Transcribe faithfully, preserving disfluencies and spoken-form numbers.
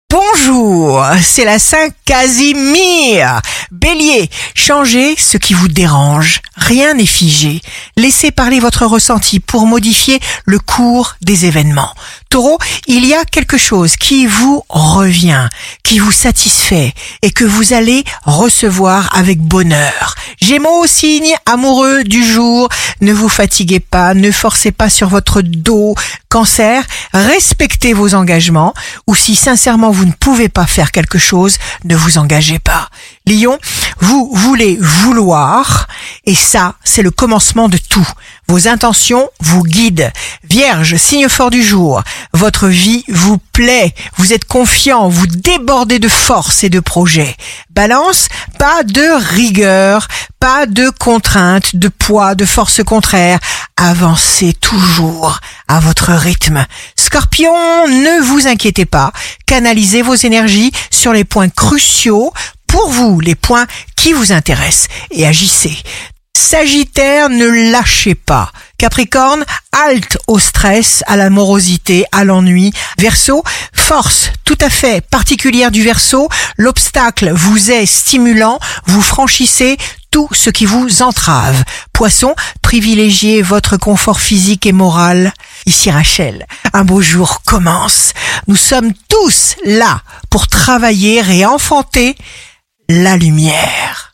Bonjour, c'est la Saint Casimir. Bélier, changez ce qui vous dérange. Rien n'est figé. Laissez parler votre ressenti pour modifier le cours des événements. Taureau, il y a quelque chose qui vous revient, qui vous satisfait et que vous allez recevoir avec bonheur. Gémeaux, signe amoureux du jour, ne vous fatiguez pas, ne forcez pas sur votre dos. Cancer, respectez vos engagements ou si sincèrement vous ne pouvez pas faire quelque chose, ne vous engagez pas. Lion, vous voulez vouloir et ça, c'est le commencement de tout. Vos intentions vous guident. Vierge, signe fort du jour, votre vie vous plaît, vous êtes confiant, vous débordez de force et de projets. Balance, pas de rigueur, pas de contraintes, de poids, de force contraire. Avancez toujours à votre rythme. Scorpion, ne vous inquiétez pas, canalisez vos énergies sur les points cruciaux pour vous, les points qui vous intéressent et agissez. Sagittaire, ne lâchez pas. Capricorne, halte au stress, à la morosité, à l'ennui. Verseau, force tout à fait particulière du Verseau. L'obstacle vous est stimulant, vous franchissez tout ce qui vous entrave. Poisson, privilégiez votre confort physique et moral. Ici Rachel, un beau jour commence. Nous sommes tous là pour travailler et enfanter la lumière.